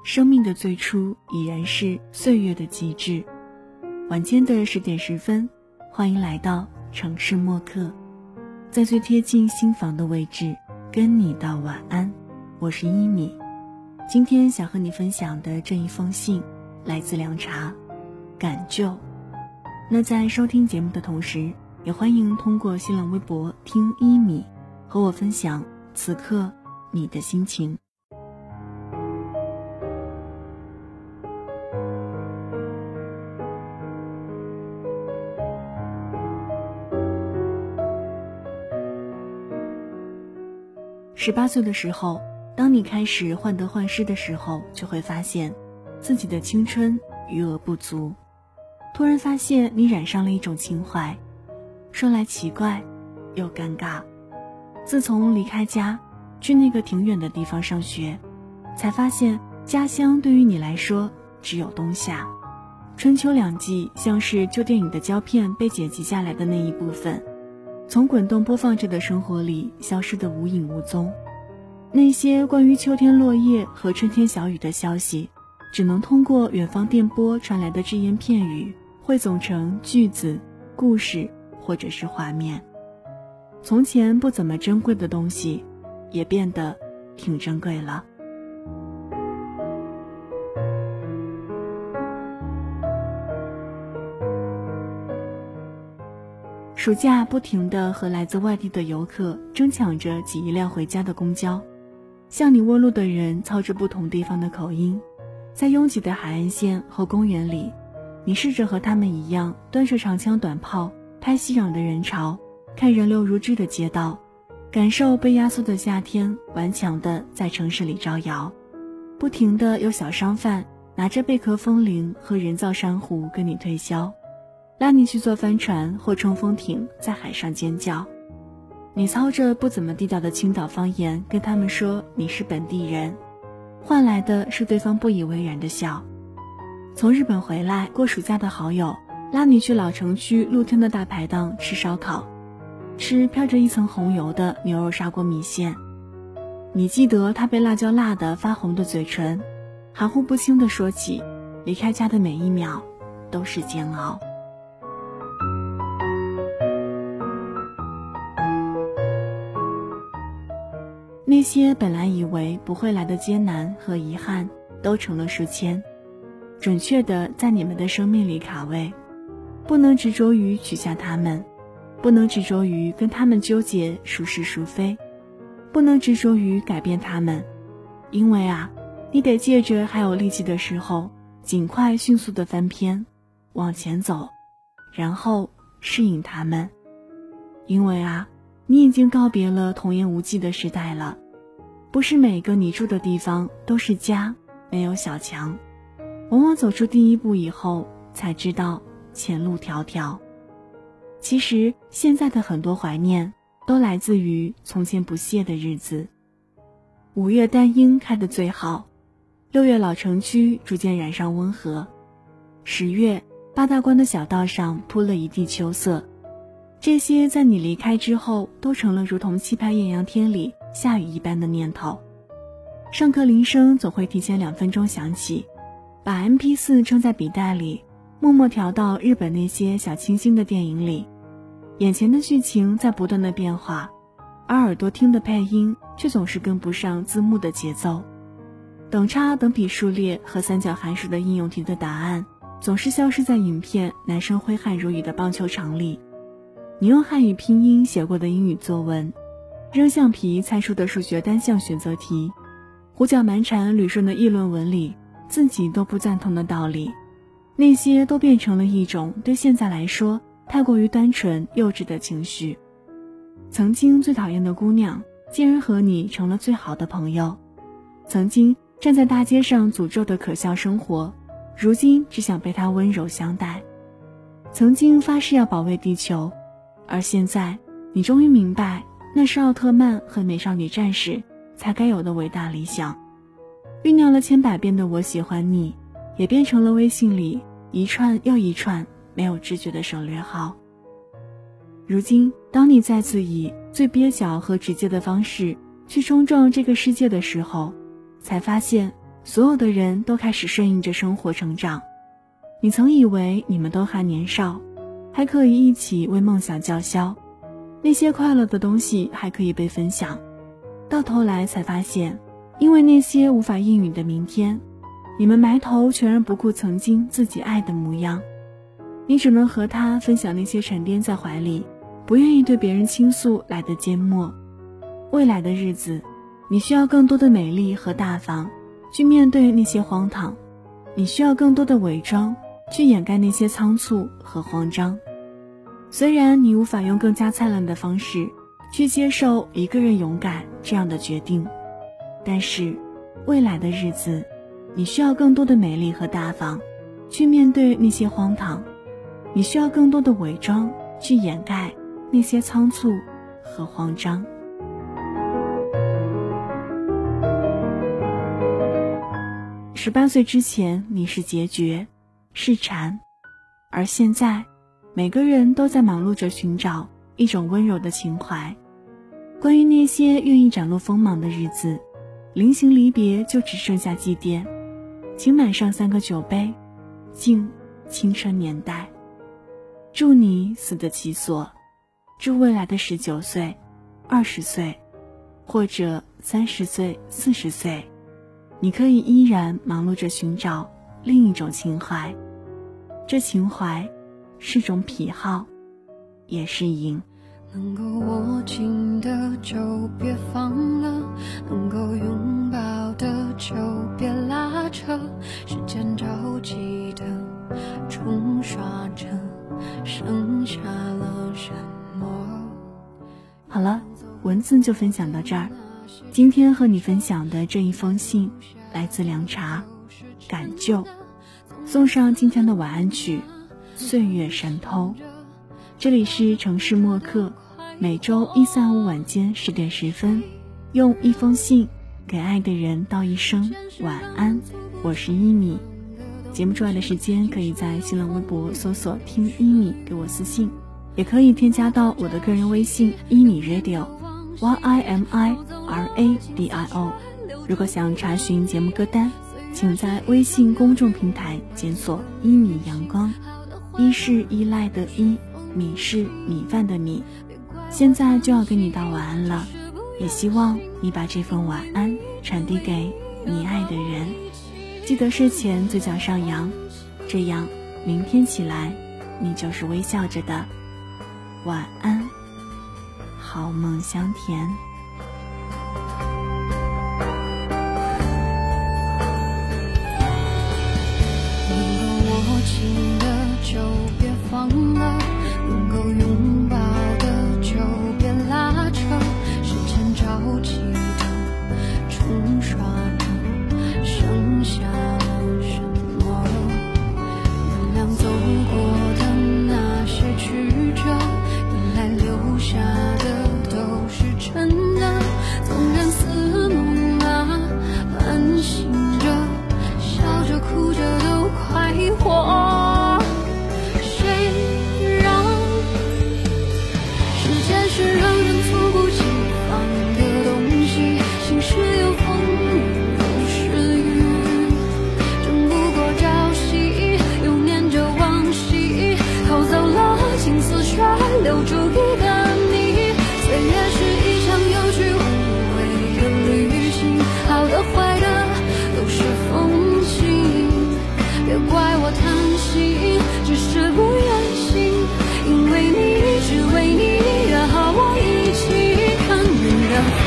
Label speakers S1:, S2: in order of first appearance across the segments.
S1: 生命的最初已然是岁月的极致。晚间的10点10分，欢迎来到城市默客，在最贴近心房的位置跟你道晚安。我是一米。今天想和你分享的这一封信来自凉茶，感旧。那在收听节目的同时，也欢迎通过新浪微博听一米和我分享此刻你的心情。18岁的时候，当你开始患得患失的时候，就会发现自己的青春余额不足。突然发现你染上了一种情怀，说来奇怪又尴尬。自从离开家去那个挺远的地方上学，才发现家乡对于你来说只有冬夏，春秋两季像是旧电影的胶片被剪辑下来的那一部分，从滚动播放着的生活里消失得无影无踪。那些关于秋天落叶和春天小雨的消息，只能通过远方电波传来的只言片语汇总成句子、故事或者是画面。从前不怎么珍贵的东西，也变得挺珍贵了。暑假不停地和来自外地的游客争抢着挤一辆回家的公交，向你问路的人操着不同地方的口音，在拥挤的海岸线和公园里，你试着和他们一样端着长枪短炮拍熙攘的人潮，看人流如织的街道，感受被压缩的夏天顽强地在城市里招摇。不停地有小商贩拿着贝壳风铃和人造珊瑚跟你推销，拉你去坐帆船或冲锋艇在海上尖叫。你操着不怎么地道的青岛方言跟他们说你是本地人，换来的是对方不以为然的笑。从日本回来过暑假的好友拉你去老城区露天的大排档吃烧烤，吃飘着一层红油的牛肉砂锅米线。你记得他被辣椒辣得发红的嘴唇，含糊不清地说起离开家的每一秒都是煎熬。那些本来以为不会来的艰难和遗憾，都成了书签，准确地在你们的生命里卡位。不能执着于取下他们，不能执着于跟他们纠结孰是孰非，不能执着于改变他们，因为你得借着还有力气的时候，尽快迅速地翻篇，往前走，然后适应他们。因为你已经告别了童言无忌的时代了，不是每个你住的地方都是家，没有小强。往往走出第一步以后，才知道前路迢迢。其实现在的很多怀念，都来自于从前不屑的日子。5月丹樱开得最好，6月老城区逐渐染上温和，10月八大关的小道上铺了一地秋色。这些在你离开之后，都成了如同期盼艳阳天里下雨一般的念头。上课铃声总会提前2分钟响起，把 MP4 撑在笔袋里，默默调到日本那些小清新的电影里。眼前的剧情在不断的变化，而耳朵听的配音却总是跟不上字幕的节奏。等差等比数列和三角函数的应用题的答案总是消失在影片男生挥汗如雨的棒球场里。你用汉语拼音写过的英语作文，扔橡皮猜出的数学单项选择题，胡搅蛮缠捋顺的议论文里自己都不赞同的道理，那些都变成了一种对现在来说太过于单纯幼稚的情绪。曾经最讨厌的姑娘，竟然和你成了最好的朋友。曾经站在大街上诅咒的可笑生活，如今只想被她温柔相待。曾经发誓要保卫地球，而现在你终于明白，那是奥特曼和美少女战士才该有的伟大理想。酝酿了千百遍的我喜欢你，也变成了微信里一串又一串没有知觉的省略号。如今当你再次以最蹩脚和直接的方式去冲撞这个世界的时候，才发现所有的人都开始顺应着生活成长。你曾以为你们都还年少，还可以一起为梦想叫嚣，那些快乐的东西还可以被分享，到头来才发现，因为那些无法应允的明天，你们埋头全然不顾曾经自己爱的模样。你只能和他分享那些沉淀在怀里，不愿意对别人倾诉来的缄默。未来的日子，你需要更多的美丽和大方去面对那些荒唐，你需要更多的伪装去掩盖那些仓促和慌张。虽然你无法用更加灿烂的方式去接受一个人勇敢这样的决定，但是未来的日子，你需要更多的美丽和大方去面对那些荒唐，你需要更多的伪装去掩盖那些仓促和慌张。18岁之前你是孑绝，是蝉，而现在每个人都在忙碌着寻找一种温柔的情怀。关于那些愿意展露锋芒的日子，临行离别就只剩下祭奠，请满上3个酒杯，敬青春年代。祝你死得其所，祝未来的19岁、20岁，或者30岁、40岁，你可以依然忙碌着寻找另一种情怀。这情怀是种癖好，也是瘾。
S2: 能够握紧的就别放了，能够拥抱的就别拉扯，时间着急的冲刷着，剩下了什么？
S1: 好了，文字就分享到这儿。今天和你分享的这一封信来自凉茶，感旧，送上今天的晚安曲《岁月神偷》。这里是城市默客，每周1、3、5晚间10点10分，用一封信给爱的人道一声晚安。我是一米。节目出来的时间可以在新浪微博搜索听一米给我私信，也可以添加到我的个人微信一米 radio YIMIRADIO。 如果想查询节目歌单，请在微信公众平台检索一米阳光，一是依赖的依，米是米饭的米。现在就要跟你道晚安了，也希望你把这份晚安传递给你爱的人。记得睡前嘴角上扬，这样明天起来你就是微笑着的。晚安，好梦香甜。
S2: 能够握紧的就别放了，能够拥抱的就别拉扯，时间着急的冲刷着，剩下了什么？原谅走过的那些曲折，原来留下的都是真的，纵然似梦啊，半醒着，笑着哭着都快活。留住一个你，岁月是一场有去无回的旅行，好的坏的都是风景，别怪我贪心，只是不愿醒，因为你，只为你，约好我一起看云淡风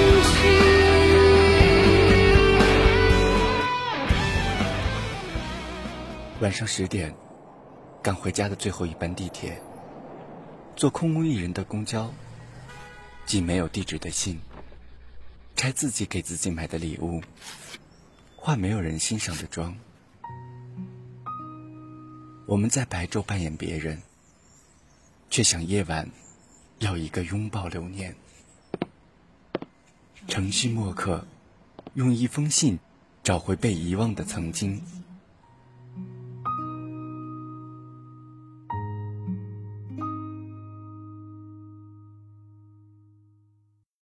S3: 轻。晚上10点，赶回家的最后一班地铁，坐空无一人的公交，寄没有地址的信，拆自己给自己买的礼物，化没有人欣赏的妆。我们在白昼扮演别人，却想夜晚要一个拥抱留念。城市默客，用一封信找回被遗忘的曾经。